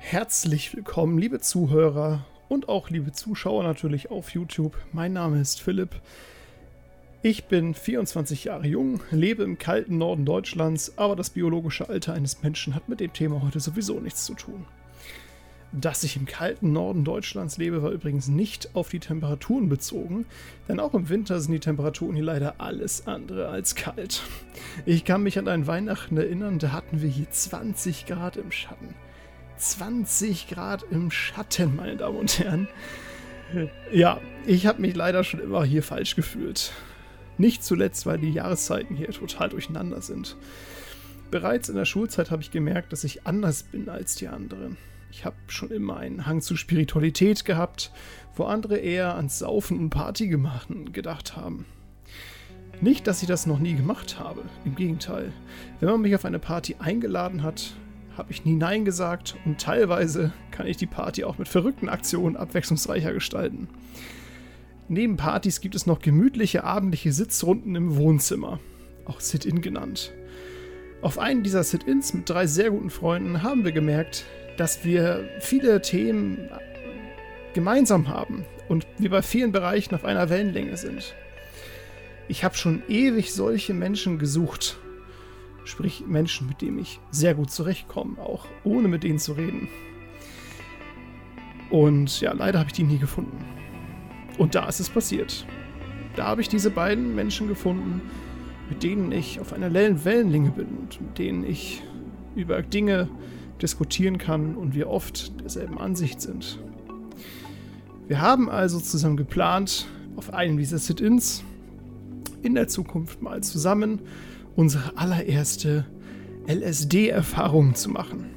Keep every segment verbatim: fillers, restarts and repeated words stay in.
Herzlich willkommen, liebe Zuhörer und auch liebe Zuschauer natürlich auf YouTube. Mein Name ist Philipp. Ich bin vierundzwanzig Jahre jung, lebe im kalten Norden Deutschlands, aber das biologische Alter eines Menschen hat mit dem Thema heute sowieso nichts zu tun. Dass ich im kalten Norden Deutschlands lebe, war übrigens nicht auf die Temperaturen bezogen, denn auch im Winter sind die Temperaturen hier leider alles andere als kalt. Ich kann mich an ein Weihnachten erinnern, da hatten wir hier zwanzig Grad im Schatten. zwanzig Grad im Schatten, meine Damen und Herren. Ja, ich habe mich leider schon immer hier falsch gefühlt. Nicht zuletzt, weil die Jahreszeiten hier total durcheinander sind. Bereits in der Schulzeit habe ich gemerkt, dass ich anders bin als die anderen. Ich habe schon immer einen Hang zu Spiritualität gehabt, wo andere eher ans Saufen und Party machen gedacht haben. Nicht, dass ich das noch nie gemacht habe, im Gegenteil. Wenn man mich auf eine Party eingeladen hat, habe ich nie Nein gesagt und teilweise kann ich die Party auch mit verrückten Aktionen abwechslungsreicher gestalten. Neben Partys gibt es noch gemütliche abendliche Sitzrunden im Wohnzimmer, auch Sit-In genannt. Auf einen dieser Sit-Ins mit drei sehr guten Freunden haben wir gemerkt, dass wir viele Themen gemeinsam haben und wir bei vielen Bereichen auf einer Wellenlänge sind. Ich habe schon ewig solche Menschen gesucht, sprich Menschen, mit denen ich sehr gut zurechtkomme, auch ohne mit denen zu reden. Und ja, leider habe ich die nie gefunden. Und da ist es passiert. Da habe ich diese beiden Menschen gefunden, mit denen ich auf einer Wellenlänge bin und mit denen ich über Dinge diskutieren kann und wir oft derselben Ansicht sind. Wir haben also zusammen geplant, auf einem dieser Sit-Ins in der Zukunft mal zusammen unsere allererste L S D-Erfahrung zu machen.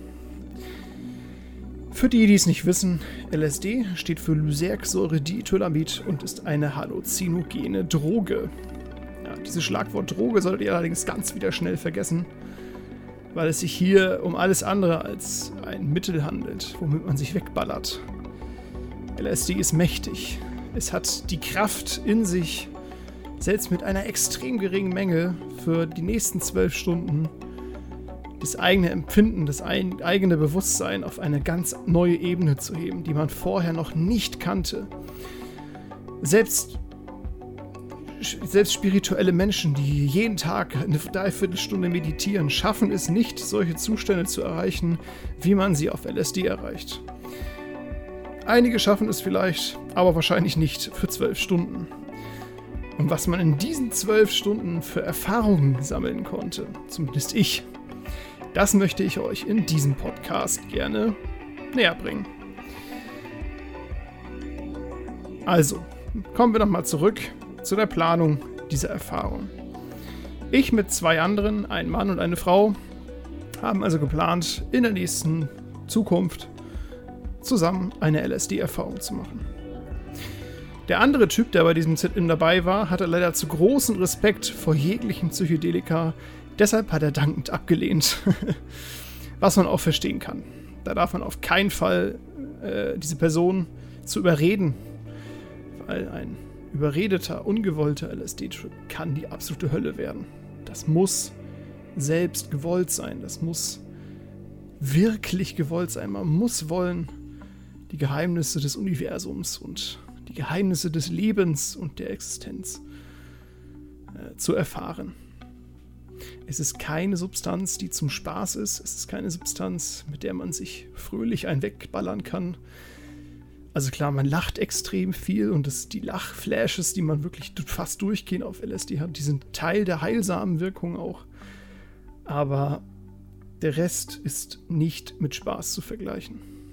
Für die, die es nicht wissen, L S D steht für Lysergsäure-Diethylamid und ist eine halluzinogene Droge. Ja, dieses Schlagwort Droge solltet ihr allerdings ganz wieder schnell vergessen, weil es sich hier um alles andere als ein Mittel handelt, womit man sich wegballert. L S D ist mächtig. Es hat die Kraft in sich, selbst mit einer extrem geringen Menge für die nächsten zwölf Stunden das eigene Empfinden, das ein, eigene Bewusstsein auf eine ganz neue Ebene zu heben, die man vorher noch nicht kannte. Selbst, selbst spirituelle Menschen, die jeden Tag eine Dreiviertelstunde meditieren, schaffen es nicht, solche Zustände zu erreichen, wie man sie auf L S D erreicht. Einige schaffen es vielleicht, aber wahrscheinlich nicht für zwölf Stunden. Und was man in diesen zwölf Stunden für Erfahrungen sammeln konnte, zumindest ich, das möchte ich euch in diesem Podcast gerne näher bringen. Also, kommen wir nochmal zurück zu der Planung dieser Erfahrung. Ich mit zwei anderen, ein Mann und eine Frau, haben also geplant, in der nächsten Zukunft zusammen eine L S D-Erfahrung zu machen. Der andere Typ, der bei diesem Sit-In dabei war, hatte leider zu großen Respekt vor jeglichen Psychedelika, deshalb hat er dankend abgelehnt. Was man auch verstehen kann. Da darf man auf keinen Fall äh, diese Person zu überreden, weil ein überredeter, ungewollter L S D-Trip kann die absolute Hölle werden. Das muss selbst gewollt sein, das muss wirklich gewollt sein. Man muss wollen, die Geheimnisse des Universums und die Geheimnisse des Lebens und der Existenz äh, zu erfahren. Es ist keine Substanz, die zum Spaß ist. Es ist keine Substanz, mit der man sich fröhlich einen wegballern kann. Also klar, man lacht extrem viel und das, die Lachflashes, die man wirklich fast durchgehend auf L S D hat, die sind Teil der heilsamen Wirkung auch. Aber der Rest ist nicht mit Spaß zu vergleichen.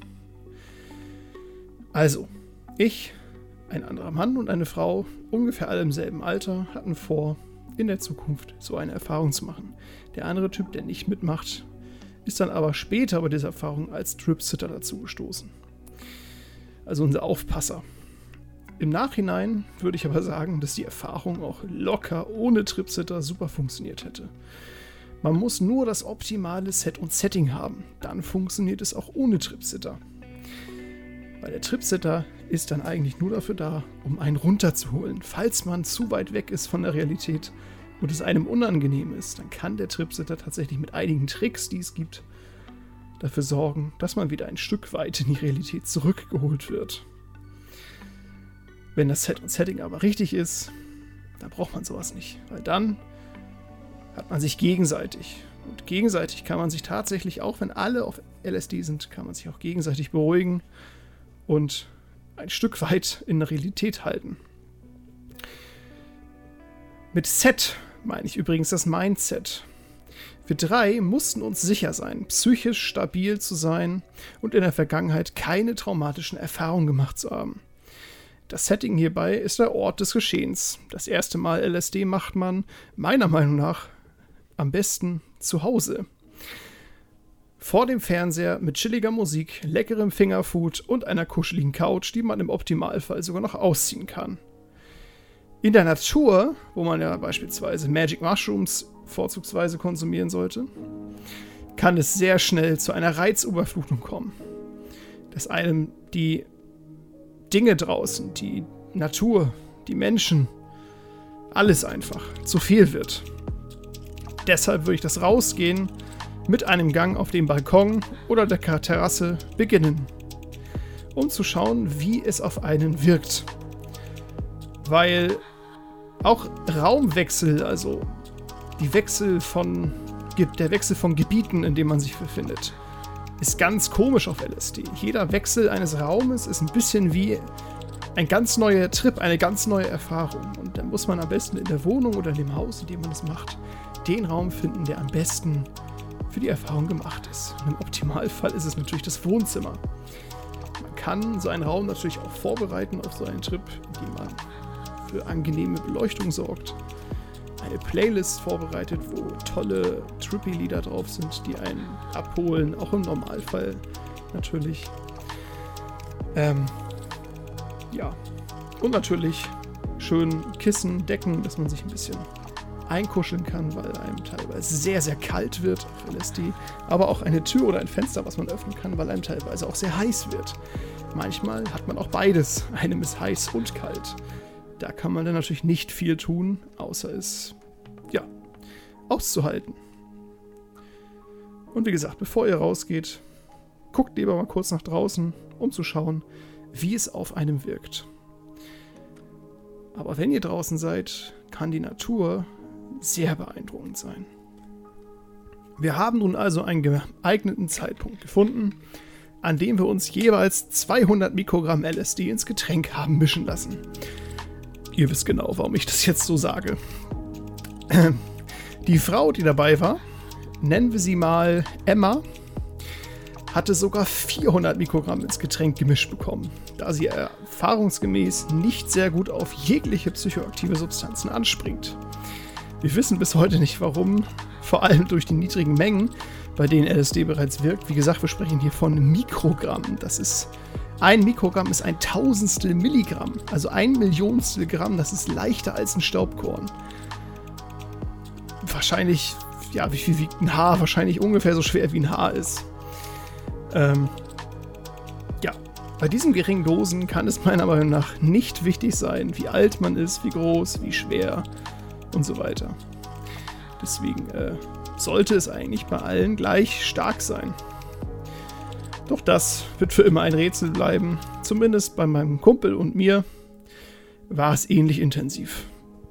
Also, ich, ein anderer Mann und eine Frau, ungefähr alle im selben Alter, hatten vor, in der Zukunft so eine Erfahrung zu machen. Der andere Typ, der nicht mitmacht, ist dann aber später bei dieser Erfahrung als Trip-Sitter dazugestoßen. Also unser Aufpasser. Im Nachhinein würde ich aber sagen, dass die Erfahrung auch locker ohne Trip-Sitter super funktioniert hätte. Man muss nur das optimale Set und Setting haben. Dann funktioniert es auch ohne Trip-Sitter. Weil der Trip-Sitter ist dann eigentlich nur dafür da, um einen runterzuholen. Falls man zu weit weg ist von der Realität und es einem unangenehm ist, dann kann der Trip-Sitter tatsächlich mit einigen Tricks, die es gibt, dafür sorgen, dass man wieder ein Stück weit in die Realität zurückgeholt wird. Wenn das Set und Setting aber richtig ist, dann braucht man sowas nicht, weil dann hat man sich gegenseitig. Und gegenseitig kann man sich tatsächlich, auch wenn alle auf L S D sind, kann man sich auch gegenseitig beruhigen und ein Stück weit in der Realität halten. Mit Set meine ich übrigens das Mindset. Wir drei mussten uns sicher sein, psychisch stabil zu sein und in der Vergangenheit keine traumatischen Erfahrungen gemacht zu haben. Das Setting hierbei ist der Ort des Geschehens. Das erste Mal L S D macht man, meiner Meinung nach, am besten zu Hause. Vor dem Fernseher mit chilliger Musik, leckerem Fingerfood und einer kuscheligen Couch, die man im Optimalfall sogar noch ausziehen kann. In der Natur, wo man ja beispielsweise Magic Mushrooms vorzugsweise konsumieren sollte, kann es sehr schnell zu einer Reizüberflutung kommen. Dass einem die Dinge draußen, die Natur, die Menschen, alles einfach zu viel wird. Deshalb würde ich das Rausgehen mit einem Gang auf dem Balkon oder der Terrasse beginnen, um zu schauen, wie es auf einen wirkt. Weil auch Raumwechsel, also die Wechsel von, der Wechsel von Gebieten, in dem man sich befindet, ist ganz komisch auf L S D. Jeder Wechsel eines Raumes ist ein bisschen wie ein ganz neuer Trip, eine ganz neue Erfahrung. Und dann muss man am besten in der Wohnung oder in dem Haus, in dem man das macht, den Raum finden, der am besten für die Erfahrung gemacht ist. Und im Optimalfall ist es natürlich das Wohnzimmer. Man kann so einen Raum natürlich auch vorbereiten auf so einen Trip, indem man für angenehme Beleuchtung sorgt, eine Playlist vorbereitet, wo tolle Trippy-Lieder drauf sind, die einen abholen, auch im Normalfall natürlich. Ähm, ja, und natürlich schön Kissen, Decken, dass man sich ein bisschen einkuscheln kann, weil einem teilweise sehr, sehr kalt wird auf L S D, aber auch eine Tür oder ein Fenster, was man öffnen kann, weil einem teilweise auch sehr heiß wird. Manchmal hat man auch beides, einem ist heiß und kalt. Da kann man dann natürlich nicht viel tun, außer es, ja, auszuhalten. Und wie gesagt, bevor ihr rausgeht, guckt lieber mal kurz nach draußen, um zu schauen, wie es auf einem wirkt. Aber wenn ihr draußen seid, kann die Natur sehr beeindruckend sein. Wir haben nun also einen geeigneten Zeitpunkt gefunden, an dem wir uns jeweils zweihundert Mikrogramm L S D ins Getränk haben mischen lassen. Ihr wisst genau, warum ich das jetzt so sage. Die Frau, die dabei war, nennen wir sie mal Emma, hatte sogar vierhundert Mikrogramm ins Getränk gemischt bekommen, da sie erfahrungsgemäß nicht sehr gut auf jegliche psychoaktive Substanzen anspringt. Wir wissen bis heute nicht warum, vor allem durch die niedrigen Mengen, bei denen L S D bereits wirkt. Wie gesagt, wir sprechen hier von Mikrogramm. Das ist, ein Mikrogramm ist ein Tausendstel Milligramm, also ein Millionstel Gramm, das ist leichter als ein Staubkorn. Wahrscheinlich, ja, wie viel wiegt ein Haar? Wahrscheinlich ungefähr so schwer wie ein Haar ist. Ähm, ja, bei diesen geringen Dosen kann es meiner Meinung nach nicht wichtig sein, wie alt man ist, wie groß, wie schwer und so weiter. Deswegen äh, sollte es eigentlich bei allen gleich stark sein. Doch das wird für immer ein Rätsel bleiben. Zumindest bei meinem Kumpel und mir war es ähnlich intensiv.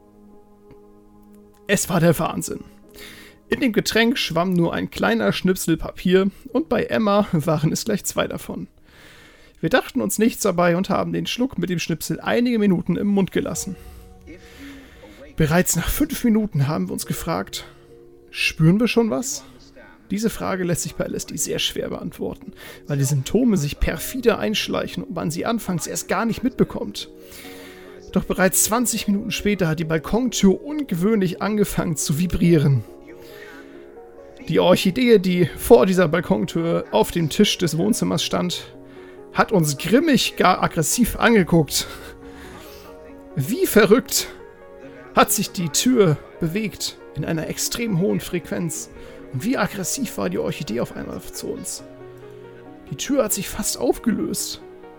Es war der Wahnsinn. In dem Getränk schwamm nur ein kleiner Schnipsel Papier und bei Emma waren es gleich zwei davon. Wir dachten uns nichts dabei und haben den Schluck mit dem Schnipsel einige Minuten im Mund gelassen. Bereits nach fünf Minuten haben wir uns gefragt, spüren wir schon was? Diese Frage lässt sich bei L S D sehr schwer beantworten, weil die Symptome sich perfide einschleichen und man sie anfangs erst gar nicht mitbekommt. Doch bereits zwanzig Minuten später hat die Balkontür ungewöhnlich angefangen zu vibrieren. Die Orchidee, die vor dieser Balkontür auf dem Tisch des Wohnzimmers stand, hat uns grimmig, gar aggressiv angeguckt. Wie verrückt hat sich die Tür bewegt in einer extrem hohen Frequenz. Und wie aggressiv war die Orchidee auf einmal zu uns. Die Tür hat sich fast aufgelöst.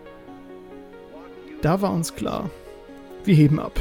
Da war uns klar, wir heben ab.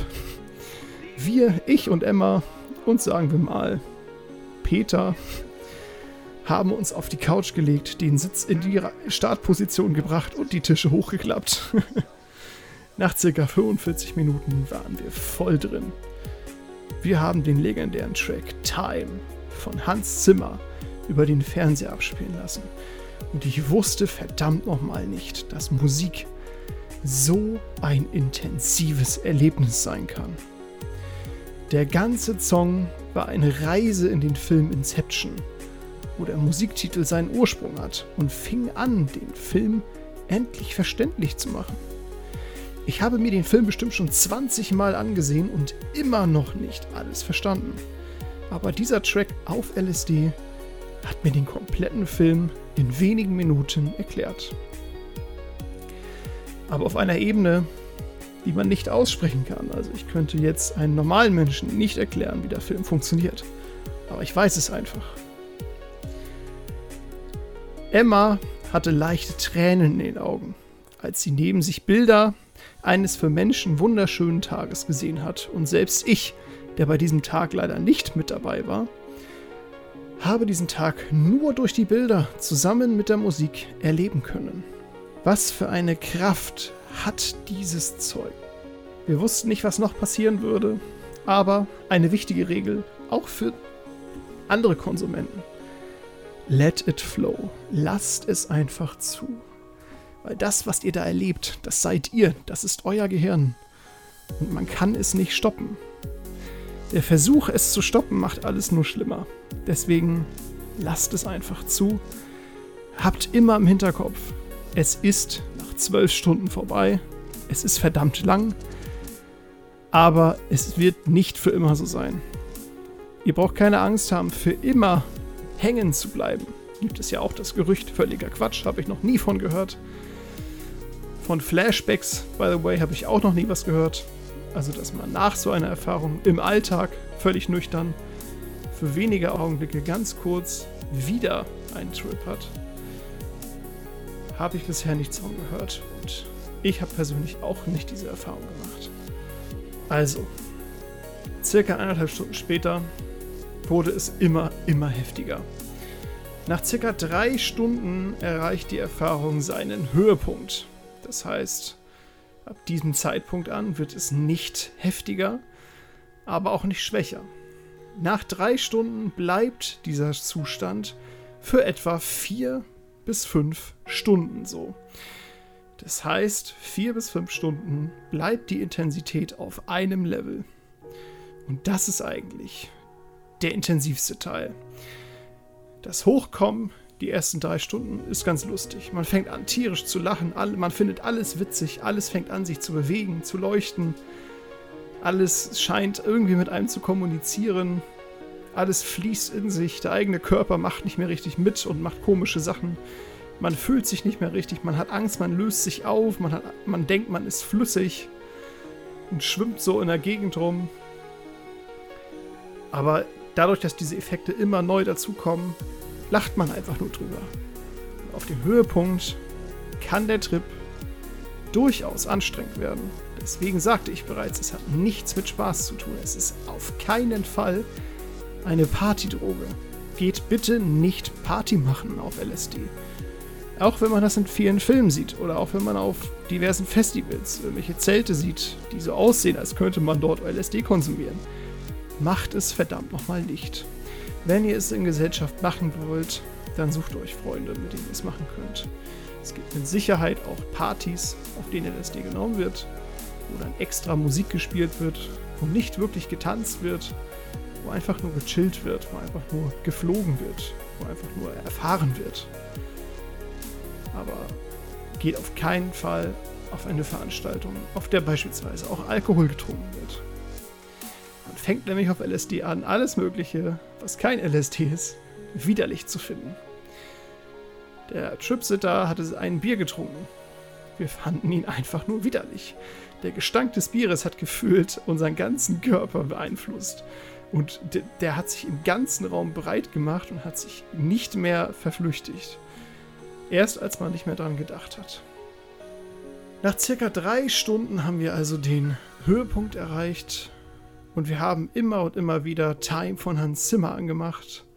Wir, ich und Emma und sagen wir mal Peter, haben uns auf die Couch gelegt, den Sitz in die Startposition gebracht und die Tische hochgeklappt. Nach circa fünfundvierzig Minuten waren wir voll drin. Wir haben den legendären Track Time von Hans Zimmer über den Fernseher abspielen lassen. Und ich wusste verdammt nochmal nicht, dass Musik so ein intensives Erlebnis sein kann. Der ganze Song war eine Reise in den Film Inception, wo der Musiktitel seinen Ursprung hat und fing an, den Film endlich verständlich zu machen. Ich habe mir den Film bestimmt schon zwanzig Mal angesehen und immer noch nicht alles verstanden. Aber dieser Track auf L S D hat mir den kompletten Film in wenigen Minuten erklärt. Aber auf einer Ebene, die man nicht aussprechen kann. Also ich könnte jetzt einem normalen Menschen nicht erklären, wie der Film funktioniert. Aber ich weiß es einfach. Emma hatte leichte Tränen in den Augen, als sie neben sich Bilder eines für Menschen wunderschönen Tages gesehen hat. Und selbst ich, der bei diesem Tag leider nicht mit dabei war, habe diesen Tag nur durch die Bilder zusammen mit der Musik erleben können. Was für eine Kraft hat dieses Zeug? Wir wussten nicht, was noch passieren würde, aber eine wichtige Regel, auch für andere Konsumenten. Let it flow. Lasst es einfach zu. Weil das, was ihr da erlebt, das seid ihr, das ist euer Gehirn. Und man kann es nicht stoppen. Der Versuch, es zu stoppen, macht alles nur schlimmer. Deswegen lasst es einfach zu. Habt immer im Hinterkopf, es ist nach zwölf Stunden vorbei. Es ist verdammt lang. Aber es wird nicht für immer so sein. Ihr braucht keine Angst haben, für immer hängen zu bleiben. Gibt es ja auch das Gerücht, völliger Quatsch, habe ich noch nie von gehört. Von Flashbacks, by the way, habe ich auch noch nie was gehört. Also, dass man nach so einer Erfahrung im Alltag, völlig nüchtern, für wenige Augenblicke ganz kurz wieder einen Trip hat. Habe ich bisher nichts von gehört. Und ich habe persönlich auch nicht diese Erfahrung gemacht. Also, circa eineinhalb Stunden später wurde es immer, immer heftiger. Nach circa drei Stunden erreicht die Erfahrung seinen Höhepunkt. Das heißt, ab diesem Zeitpunkt an wird es nicht heftiger, aber auch nicht schwächer. Nach drei Stunden bleibt dieser Zustand für etwa vier bis fünf Stunden so. Das heißt, vier bis fünf Stunden bleibt die Intensität auf einem Level. Und das ist eigentlich der intensivste Teil. Das Hochkommen, die ersten drei Stunden, ist ganz lustig. Man fängt an, tierisch zu lachen, man findet alles witzig, alles fängt an, sich zu bewegen, zu leuchten. Alles scheint irgendwie mit einem zu kommunizieren. Alles fließt in sich, der eigene Körper macht nicht mehr richtig mit und macht komische Sachen. Man fühlt sich nicht mehr richtig, man hat Angst, man löst sich auf, man, hat, man denkt, man ist flüssig und schwimmt so in der Gegend rum. Aber dadurch, dass diese Effekte immer neu dazukommen, lacht man einfach nur drüber. Und auf dem Höhepunkt kann der Trip durchaus anstrengend werden. Deswegen sagte ich bereits, es hat nichts mit Spaß zu tun. Es ist auf keinen Fall eine Partydroge. Geht bitte nicht Party machen auf L S D. Auch wenn man das in vielen Filmen sieht oder auch wenn man auf diversen Festivals irgendwelche Zelte sieht, die so aussehen, als könnte man dort L S D konsumieren. Macht es verdammt nochmal nicht. Wenn ihr es in Gesellschaft machen wollt, dann sucht euch Freunde, mit denen ihr es machen könnt. Es gibt mit Sicherheit auch Partys, auf denen L S D genommen wird, wo dann extra Musik gespielt wird, wo nicht wirklich getanzt wird, wo einfach nur gechillt wird, wo einfach nur geflogen wird, wo einfach nur erfahren wird. Aber geht auf keinen Fall auf eine Veranstaltung, auf der beispielsweise auch Alkohol getrunken wird. Man fängt nämlich auf L S D an, alles Mögliche, was kein L S D ist, widerlich zu finden. Der Tripsitter hatte ein Bier getrunken. Wir fanden ihn einfach nur widerlich. Der Gestank des Bieres hat gefühlt unseren ganzen Körper beeinflusst. Und der, der hat sich im ganzen Raum breit gemacht und hat sich nicht mehr verflüchtigt. Erst als man nicht mehr dran gedacht hat. Nach circa drei Stunden haben wir also den Höhepunkt erreicht und wir haben immer und immer wieder Time von Hans Zimmer angemacht.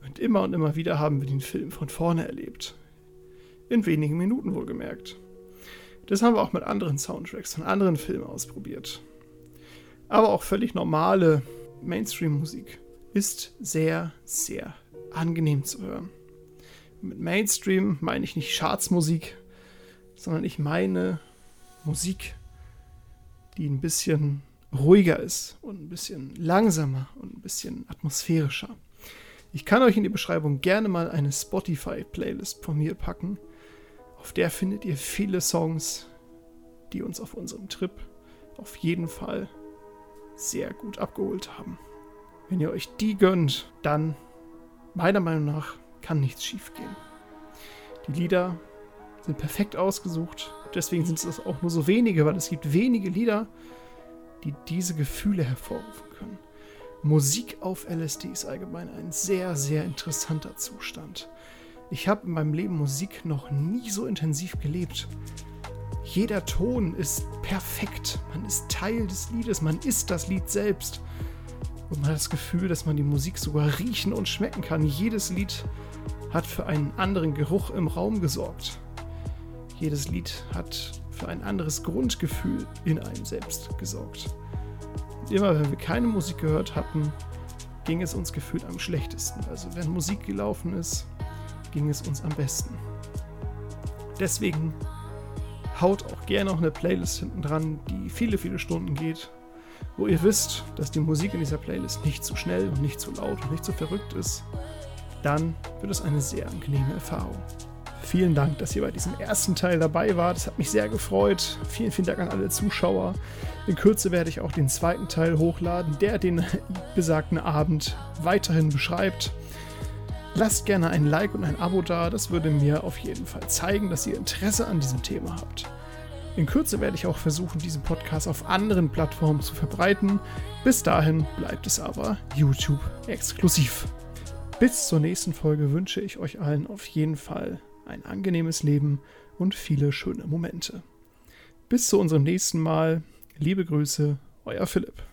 Und immer und immer wieder haben wir den Film von vorne erlebt. In wenigen Minuten wohlgemerkt. Das haben wir auch mit anderen Soundtracks von anderen Filmen ausprobiert. Aber auch völlig normale Mainstream-Musik ist sehr, sehr angenehm zu hören. Mit Mainstream meine ich nicht Chartsmusik, sondern ich meine Musik, die ein bisschen ruhiger ist und ein bisschen langsamer und ein bisschen atmosphärischer. Ich kann euch in die Beschreibung gerne mal eine Spotify-Playlist von mir packen. Auf der findet ihr viele Songs, die uns auf unserem Trip auf jeden Fall sehr gut abgeholt haben. Wenn ihr euch die gönnt, dann, meiner Meinung nach, kann nichts schief gehen. Die Lieder sind perfekt ausgesucht. Deswegen sind es auch nur so wenige, weil es gibt wenige Lieder, die diese Gefühle hervorrufen können. Musik auf L S D ist allgemein ein sehr, sehr interessanter Zustand. Ich habe in meinem Leben Musik noch nie so intensiv gelebt. Jeder Ton ist perfekt. Man ist Teil des Liedes, man ist das Lied selbst. Und man hat das Gefühl, dass man die Musik sogar riechen und schmecken kann. Jedes Lied hat für einen anderen Geruch im Raum gesorgt. Jedes Lied hat für ein anderes Grundgefühl in einem selbst gesorgt. Und immer wenn wir keine Musik gehört hatten, ging es uns gefühlt am schlechtesten. Also wenn Musik gelaufen ist, ging es uns am besten. Deswegen haut auch gerne noch eine Playlist hinten dran, die viele, viele Stunden geht, wo ihr wisst, dass die Musik in dieser Playlist nicht zu schnell und nicht zu laut und nicht zu verrückt ist. Dann wird es eine sehr angenehme Erfahrung. Vielen Dank, dass ihr bei diesem ersten Teil dabei wart. Das hat mich sehr gefreut. Vielen, vielen Dank an alle Zuschauer. In Kürze werde ich auch den zweiten Teil hochladen, der den besagten Abend weiterhin beschreibt. Lasst gerne ein Like und ein Abo da. Das würde mir auf jeden Fall zeigen, dass ihr Interesse an diesem Thema habt. In Kürze werde ich auch versuchen, diesen Podcast auf anderen Plattformen zu verbreiten. Bis dahin bleibt es aber YouTube exklusiv. Bis zur nächsten Folge wünsche ich euch allen auf jeden Fall ein angenehmes Leben und viele schöne Momente. Bis zu unserem nächsten Mal. Liebe Grüße, euer Philipp.